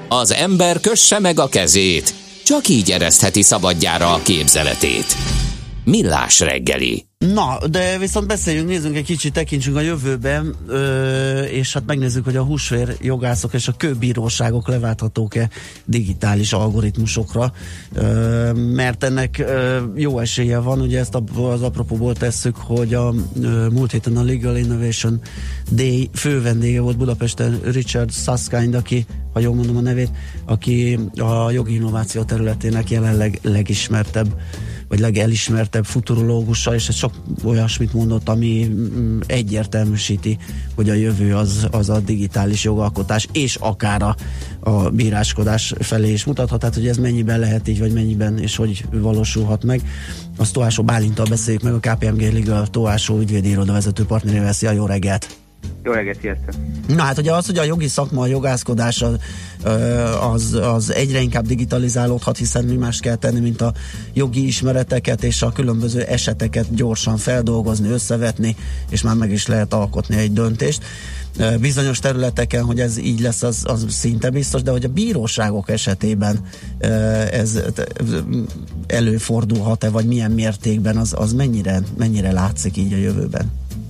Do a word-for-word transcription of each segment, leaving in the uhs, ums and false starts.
Az ember kösse meg a kezét, csak így eresztheti szabadjára a képzeletét. Millás reggeli. Na, de viszont beszéljünk, nézzünk egy kicsit, tekintsünk a jövőben, ö, és hát megnézzük, hogy a húsvér jogászok és a kőbíróságok leválthatók-e digitális algoritmusokra, ö, mert ennek ö, jó esélye van, ugye ezt az apropóból tesszük, hogy a ö, múlt héten a Legal Innovation Day fő vendége volt Budapesten Richard Susskind, aki, ha jól mondom a nevét, aki a jogi innováció területének jelenleg legismertebb vagy legelismertebb futurológusa, és ez sok olyasmit mondott, ami egyértelműsíti, hogy a jövő az, az a digitális jogalkotás, és akár a, a bíráskodás felé is mutathat, tehát hogy ez mennyiben lehet így, vagy mennyiben, és hogy valósulhat meg. Azt Tóásó Bálinttal beszéljük meg, a ká pé em gé Legal Tóásó ügyvédi iroda vezető partnerével. Szia, jó reggelt! Jó reggelt, sziasztok! Na hát ugye az, hogy a jogi szakma, a jogászkodás az, az, az egyre inkább digitalizálódhat, hiszen mi más kell tenni, mint a jogi ismereteket és a különböző eseteket gyorsan feldolgozni, összevetni, és már meg is lehet alkotni egy döntést. Bizonyos területeken, hogy ez így lesz, az, az szinte biztos, de hogy a bíróságok esetében ez előfordulhat-e, vagy milyen mértékben, az, az mennyire, mennyire látszik így a jövőben?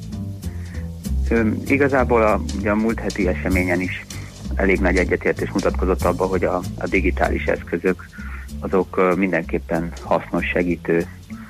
Igazából a, ugye a múlt heti eseményen is elég nagy egyetértés mutatkozott abban, hogy a, a digitális eszközök azok mindenképpen hasznos, segítő,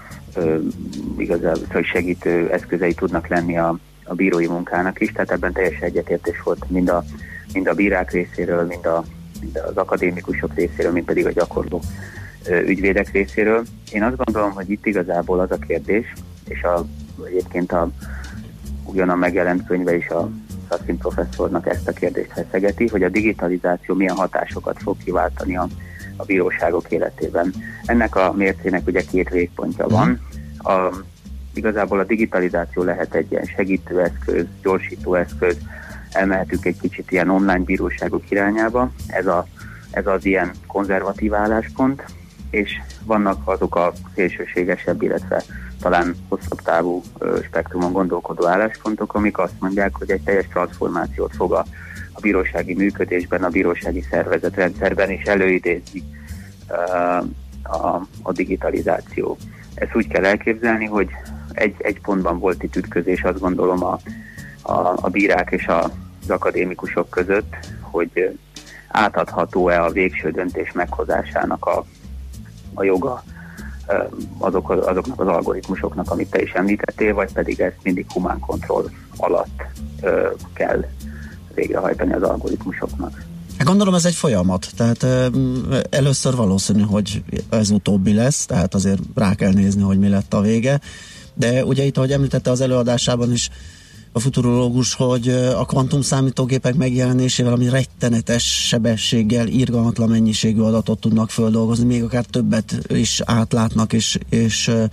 igazából segítő eszközei tudnak lenni a, a bírói munkának is, tehát ebben teljes egyetértés volt mind a, mind a bírák részéről, mind, a, mind az akadémikusok részéről, mind pedig a gyakorló ügyvédek részéről. Én azt gondolom, hogy itt igazából az a kérdés, és a, egyébként a ugyan a megjelent könyve is a Susskind professzornak ezt a kérdést feszegeti, hogy a digitalizáció milyen hatásokat fog kiváltani a, a bíróságok életében. Ennek a mércének ugye két végpontja van. A, igazából a digitalizáció lehet egy ilyen segítőeszköz, gyorsítóeszköz, elmehetünk egy kicsit ilyen online bíróságok irányába, ez, a, ez az ilyen konzervatív álláspont, és vannak azok a szélsőségesebb, illetve talán hosszabb távú ö, spektrumon gondolkodó álláspontok, amik azt mondják, hogy egy teljes transformációt fog a, a bírósági működésben, a bírósági szervezetrendszerben is előidézni ö, a, a digitalizáció. Ezt úgy kell elképzelni, hogy egy, egy pontban volt itt ütközés, azt gondolom a, a, a bírák és a, az akadémikusok között, hogy átadható-e a végső döntés meghozásának a, a joga Azok, azoknak az algoritmusoknak, amit te is említettél, vagy pedig ezt mindig humán kontroll alatt ö, kell végrehajtani az algoritmusoknak. Gondolom ez egy folyamat, tehát ö, először valószínű, hogy ez utóbbi lesz, tehát azért rá kell nézni, hogy mi lett a vége, de ugye itt, ahogy említette az előadásában is a futurológus, hogy a kvantum számítógépek megjelenésével, ami rettenetes sebességgel, irgalmatlan mennyiségű adatot tudnak földolgozni, még akár többet is átlátnak és, és ö,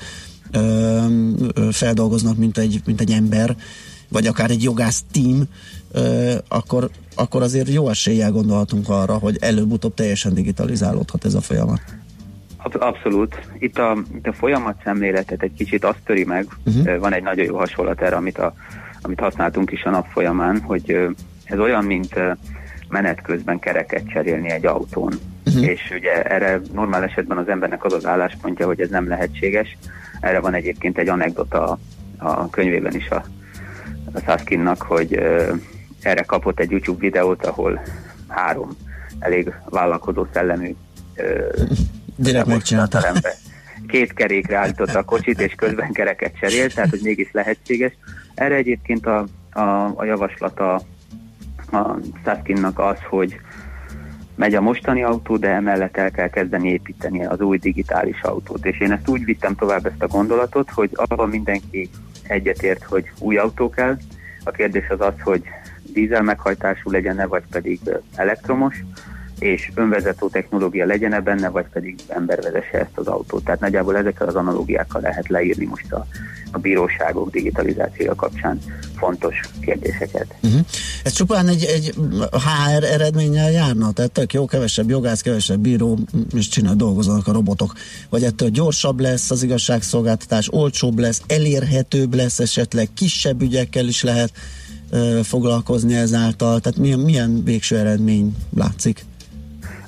ö, feldolgoznak, mint egy, mint egy ember, vagy akár egy jogász team, ö, akkor, akkor azért jó eséllyel gondolhatunk arra, hogy előbb-utóbb teljesen digitalizálódhat ez a folyamat. Abszolút. Itt a, itt a folyamat szemléletet egy kicsit azt töri meg, uh-huh. Van egy nagyon jó hasonlat erre, amit a amit használtunk is a nap folyamán, hogy ez olyan, mint menet közben kereket cserélni egy autón. Uh-huh. És ugye erre normál esetben az embernek az az álláspontja, hogy ez nem lehetséges. Erre van egyébként egy anekdota a könyvében is a, a Suskindnak, hogy uh, erre kapott egy YouTube videót, ahol három elég vállalkozó szellemű uh, direkt megcsinálta. Két kerékre állította a kocsit, és közben kereket cserélt, tehát hogy mégis lehetséges. Erre egyébként a, a, a javaslata a Suskindnak az, hogy megy a mostani autó, de emellett el kell kezdeni építeni az új digitális autót. És én ezt úgy vittem tovább ezt a gondolatot, hogy abban mindenki egyetért, hogy új autó kell. A kérdés az az, hogy dízel meghajtású legyen-e, vagy pedig elektromos, és önvezető technológia legyen-e benne, vagy pedig ember vezesse ezt az autót. Tehát nagyjából ezekkel az analógiákkal lehet leírni most a, a bíróságok digitalizációja kapcsán fontos kérdéseket. Uh-huh. Ez csupán egy, egy há er eredménnyel járna? Tehát tök jó, kevesebb jogász, kevesebb bíró, és csinál, dolgoznak a robotok. Vagy ettől gyorsabb lesz az igazságszolgáltatás, olcsóbb lesz, elérhetőbb lesz esetleg, kisebb ügyekkel is lehet uh, foglalkozni ezáltal. Tehát milyen, milyen végső eredmény látszik?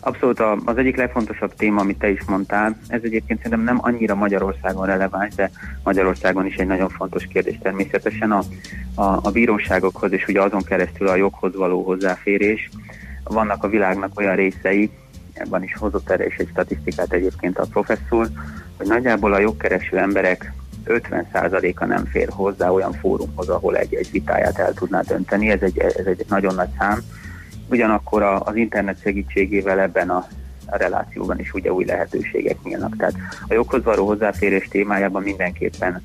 Abszolút az egyik legfontosabb téma, amit te is mondtál, ez egyébként szerintem nem annyira Magyarországon releváns, de Magyarországon is egy nagyon fontos kérdés természetesen a, a, a bíróságokhoz, és ugye azon keresztül a joghoz való hozzáférés. Vannak a világnak olyan részei, ebben is hozott erre is egy statisztikát egyébként a professzor, hogy nagyjából a jogkereső emberek ötven százaléka nem fér hozzá olyan fórumhoz, ahol egy-egy vitáját el tudná dönteni. Ez egy, ez egy nagyon nagy szám. Ugyanakkor a, az internet segítségével ebben a, a relációban is ugye új lehetőségek nyílnak. Tehát a joghoz való hozzáférés témájában mindenképpen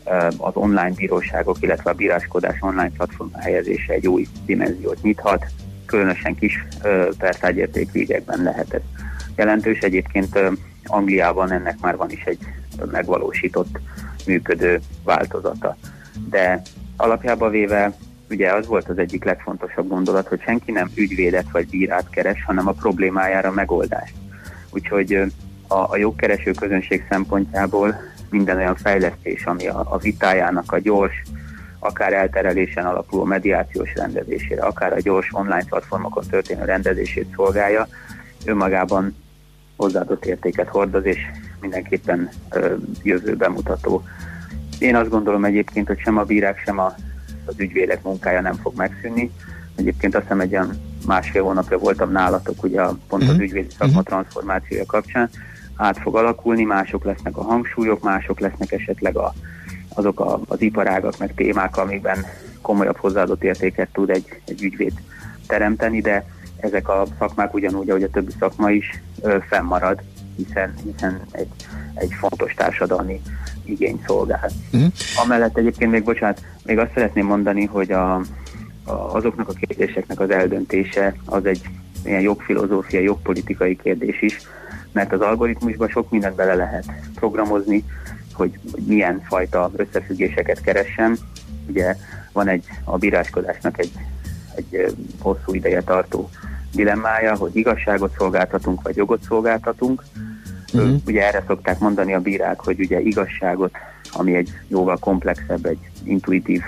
az online bíróságok, illetve a bíráskodás online platform helyezése egy új dimenziót nyithat. Különösen kis pertárgyértékű ügyekben lehet ez jelentős. Egyébként Angliában ennek már van is egy megvalósított, működő változata. De alapjában véve ugye az volt az egyik legfontosabb gondolat, hogy senki nem ügyvédet vagy bírát keres, hanem a problémájára megoldást. Úgyhogy a, a jogkereső közönség szempontjából minden olyan fejlesztés, ami a, a vitájának a gyors, akár elterelésen alapuló mediációs rendezésére, akár a gyors online platformokon történő rendezését szolgálja, önmagában hozzáadott értéket hordoz, és mindenképpen ö, jövőben mutató. Én azt gondolom egyébként, hogy sem a bírák, sem a, az ügyvédek munkája nem fog megszűnni. Egyébként azt hiszem egy olyan másfél hónapja voltam nálatok, ugye pont az ügyvédi szakma transformációja kapcsán. Át fog alakulni, mások lesznek a hangsúlyok, mások lesznek esetleg a, azok a, az iparágak, meg témák, amikben komolyabb hozzáadott értéket tud egy, egy ügyvéd teremteni, de ezek a szakmák ugyanúgy, ahogy a többi szakma is ö, fennmarad, hiszen, hiszen egy, egy fontos társadalmi igény szolgál. Uh-huh. Amellett egyébként még, bocsánat, még azt szeretném mondani, hogy a, a, azoknak a kérdéseknek az eldöntése az egy ilyen jogfilozófiai, jogpolitikai kérdés is, mert az algoritmusban sok mindent bele lehet programozni, hogy, hogy milyen fajta összefüggéseket keressen. Ugye van egy, a bíráskodásnak egy, egy hosszú ideje tartó dilemmája, hogy igazságot szolgáltatunk, vagy jogot szolgáltatunk. Uh-huh. Ugye erre szokták mondani a bírák, hogy ugye igazságot, ami egy jóval komplexebb, egy intuitív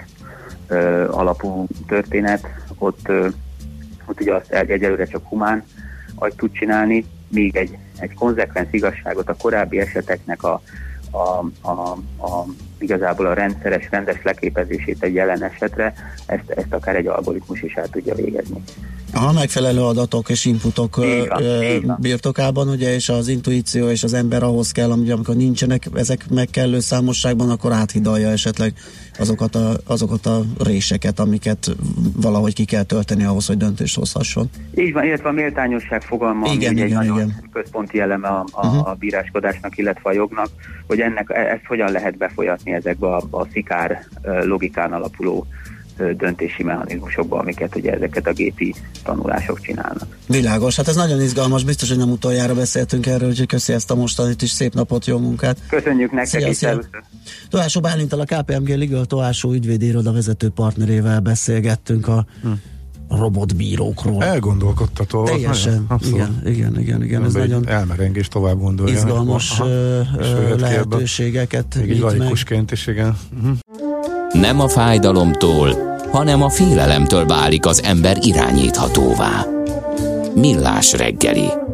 ö, alapú történet, ott, ö, ott ugye azt egyelőre csak humán agy tud csinálni, míg egy, egy konzekvens igazságot a korábbi eseteknek a, a, a, a igazából a rendszeres, rendes leképezését egy jelen esetre, ezt, ezt akár egy algoritmus is el tudja végezni. A megfelelő adatok és inputok van, ö, birtokában, ugye, és az intuíció és az ember ahhoz kell, amikor nincsenek ezek meg kellő számosságban, akkor áthidalja esetleg azokat a, azokat a réseket, amiket valahogy ki kell tölteni ahhoz, hogy döntést hozhasson. Így van, illetve a méltányosság fogalma, igen, ami igen, egy igen, nagyon igen. központi eleme a, a, uh-huh. a bíráskodásnak, illetve a jognak, hogy ennek, ezt hogyan lehet befolyatni ezekbe a, a szikár logikán alapuló döntési mechanizmusokba, amiket ugye ezeket a gépi tanulások csinálnak. Világos, hát ez nagyon izgalmas, biztos, hogy nem utoljára beszéltünk erről, úgyhogy köszi ezt a mostanit is, szép napot, jó munkát! Köszönjük nektek is! Toásó Bálinttal, a ká pé em gé Legal Toásó ügyvédi iroda vezető partnerével beszélgettünk a hm. robotbírókról. Elgondolkodtató. Teljesen, igen, igen, igen, igen. Ez nagyon elmerengés tovább gondolja. Izgalmas aha, lehetőségeket. Még egy laikusként is, igen. Uh-huh. Nem a fájdalomtól, hanem a félelemtől válik az ember irányíthatóvá. Millás reggeli.